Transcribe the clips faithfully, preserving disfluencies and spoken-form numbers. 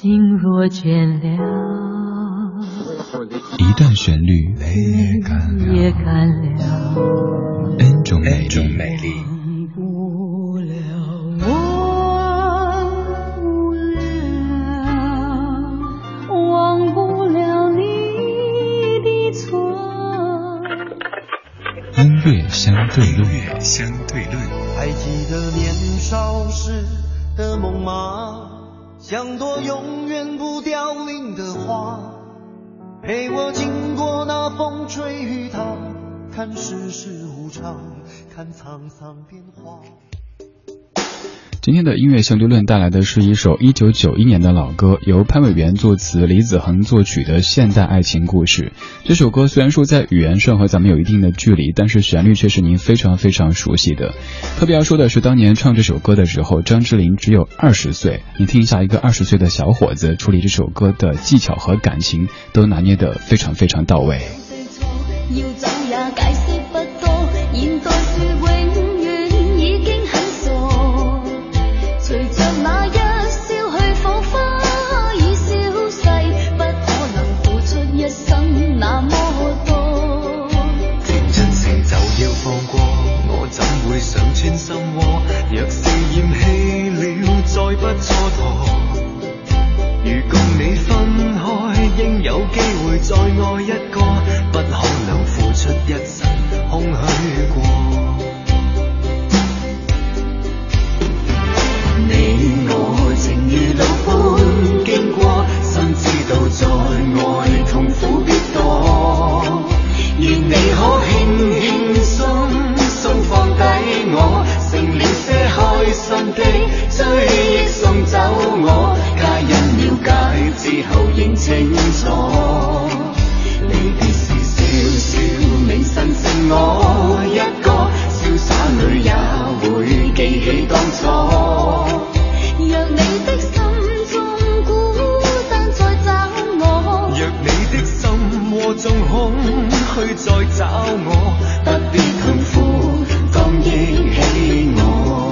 心若倦了， 一段旋律也干了 N 种美丽， 忘不了你的错。 音乐相对论，相对论。 还记得年少时的梦吗？像朵永远不凋零的花，陪我经过那风吹雨打，看世事无常，看沧桑变化。 今天的音乐相对论带来的是一首一九九一年的老歌，由潘伟元作词，李子恒作曲的现代爱情故事。这首歌虽然说在语言上和咱们有一定的距离，但是旋律却是您非常非常熟悉的。特别要说的是，当年唱这首歌的时候，张智霖只有二十岁。你听一下，一个二十岁的小伙子处理这首歌的技巧和感情都拿捏得非常非常到位。 要走也解釋不多，現代說永遠已經很傻，隨着那一消去火花已消逝，不可能付出一生那麼多。 既真誠就要放過，我怎會想穿心窩？若是厭棄了，再不蹉跎。如共你分開，應有機會再愛一個，不可能付出一生空虛過。你我情如路般經過，心知道在愛痛苦必多。願你可輕輕鬆鬆放低我，剩了些開心的追憶送走我。皆因了解之後認清楚，你的是笑笑你身剩我一個，瀟灑裏也會記起當初。 若你的心中孤單再找我， 若你的心窩中空虛再找我，不必痛苦當憶起我。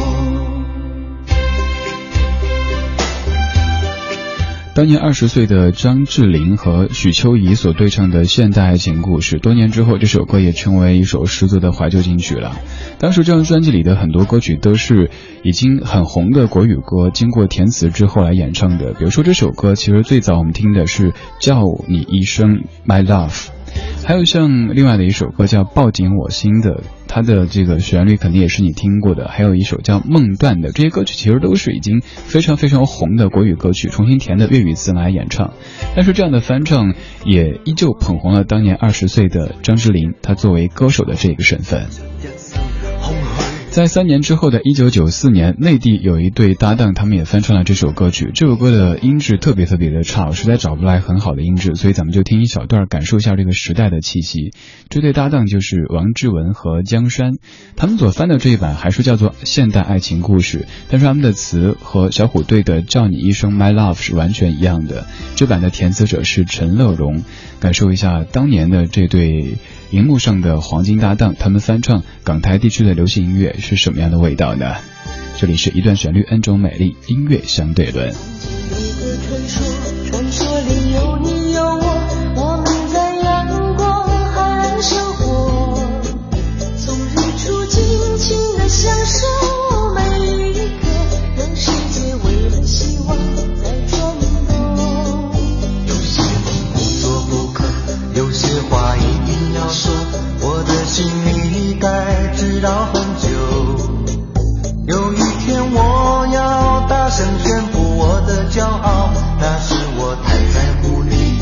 当年二十岁的张智霖和许秋怡所对唱的现代爱情故事，多年之后这首歌也成为一首十足的怀旧金曲了。当时这张专辑里的很多歌曲都是已经很红的国语歌，经过填词之后来演唱的。比如说这首歌其实最早我们听的是叫你一声 My Love， 还有像另外的一首歌叫抱紧我心的，它的这个旋律肯定也是你听过的，还有一首叫梦断的，这些歌曲其实都是已经非常非常红的国语歌曲，重新填的粤语词来演唱。但是这样的翻唱也依旧捧红了当年二十岁的张智霖，他作为歌手的这个身份。在三年之后的一九九四年，内地有一对搭档，他们也翻唱了这首歌曲。这首歌的音质特别特别的差，我实在找不来很好的音质，所以咱们就听一小段，感受一下这个时代的气息。这对搭档就是王志文和江山，他们所翻的这一版还是叫做现代爱情故事，但是他们的词和小虎队的叫你一声 My Love 是完全一样的。这版的填词者是陈乐融，感受一下当年的这对荧幕上的黄金搭档，他们翻唱港台地区的流行音乐是什么样的味道呢？这里是一段旋律 N 种美丽，音乐相对论。 传说，传说里有你有我，我们在阳光海岸生活，从日出尽情的享受每一刻，让世界为了希望在转动。 有些梦不做不可，有些话一定要说，我的心里待直到很久。有一天我要大声宣布我的骄傲，那是我太在乎你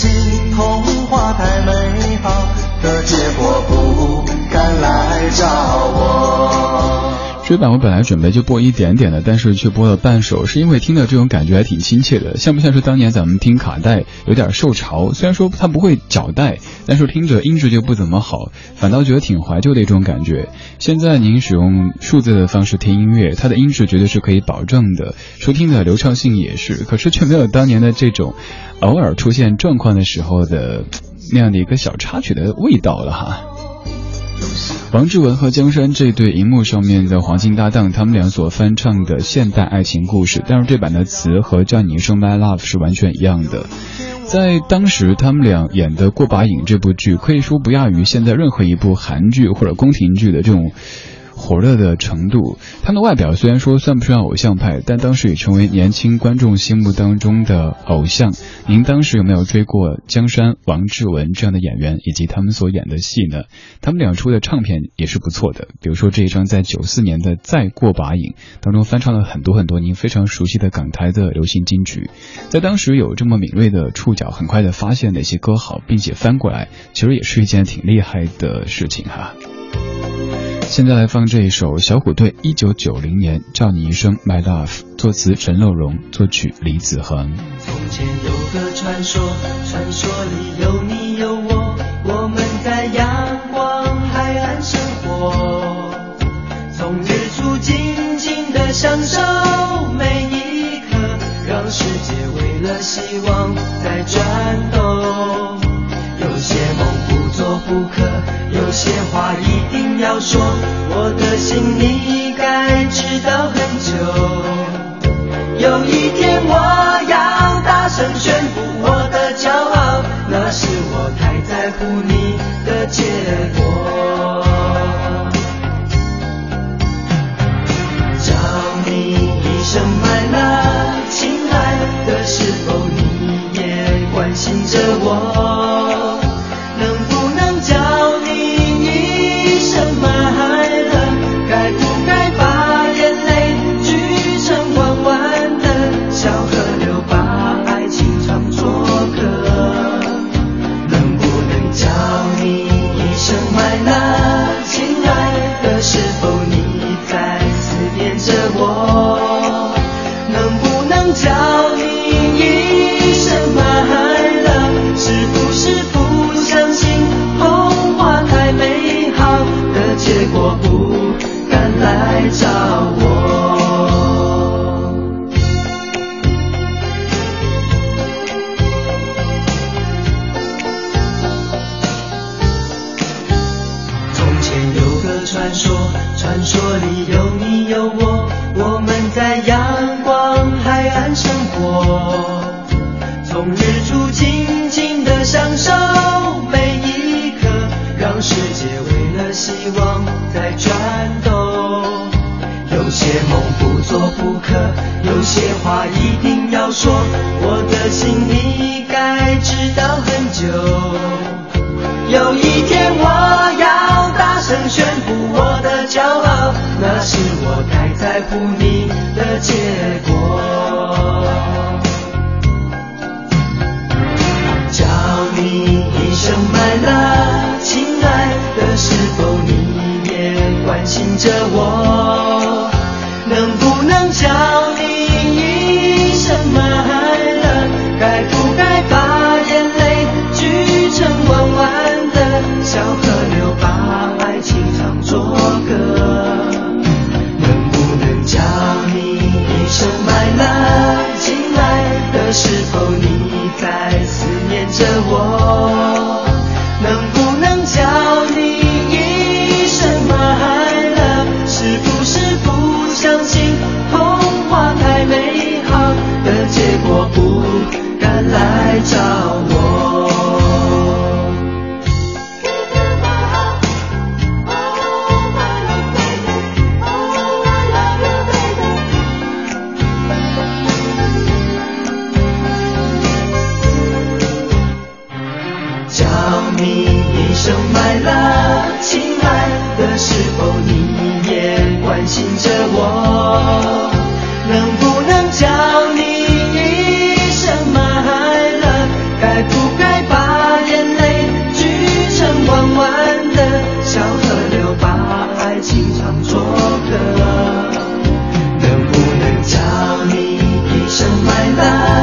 心，童话太美好的结果不敢来找我。 这版我本来准备就播一点点的，但是却播了半首，是因为听的这种感觉还挺亲切的，像不像是当年咱们听卡带有点受潮，虽然说它不会搅带，但是听着音质就不怎么好，反倒觉得挺怀旧的一种感觉。现在您使用数字的方式听音乐，它的音质绝对是可以保证的，收听的流畅性也是，可是却没有当年的这种偶尔出现状况的时候的那样的一个小插曲的味道了哈。王志文和江山这对荧幕上面的黄金搭档，他们俩所翻唱的现代爱情故事，但是这版的词和叫你一声 My Love 是完全一样的。在当时他们俩演的过把瘾这部剧，可以说不亚于现在任何一部韩剧或者宫廷剧的这种火热的程度。他们的外表虽然说算不上偶像派，但当时也成为年轻观众心目当中的偶像。您当时有没有追过江山、王志文这样的演员以及他们所演的戏呢？他们俩出的唱片也是不错的，比如说这一张在九四年的再过把瘾当中翻唱了很多很多您非常熟悉的港台的流行金曲。在当时有这么敏锐的触角，很快的发现哪些歌好并且翻过来，其实也是一件挺厉害的事情哈。现在来放这一首小虎队一九九零年叫你一声 My Love， 作词陈乐融，作曲李子恒。 从前有个传说，传说里有你有我，我们在阳光海岸生活，从日出静静的享受每一刻，让世界为了希望在转动。有些梦不做不可，有些话一定要说，我的心你该知道很久。有一天我要大声宣布我的骄傲，那是我太在乎你的结果。叫你一声 My Love， 亲爱的，是否你也关心着我？能不能叫你一声 My Love， 该不该把眼泪聚成弯弯的小河流，把爱情唱作歌？能不能叫你一声 My Love， 亲爱的，是否你在思念着我？能不能叫你一声 My Love， 是不是不相信童话太美好的结果不敢来找我？从前有个传说，传说里有你有我，我们在阳光海岸生活，从日出静静的享受每一刻，让世界为了希望在转动。有些梦不做不可，有些话一定要说，我的心你该知道很久。有一天我要大声宣布我的骄傲，那是我太在乎你的结果。叫你一声 My Love， 亲爱的，是否你也关心着我？能不能叫你一声 My Love， 该不该把眼泪聚成弯弯的小河流，把爱情唱作歌？能不能叫你一声 My Love， 亲爱的，是否你在思念着我？能不能叫你一声 My Love， 是不是不相信童话太美好的结果不敢来找我？叫你一声 My Love， 亲爱的，是否你也关心着我？能不能叫你一声 My Love， 该不该啦。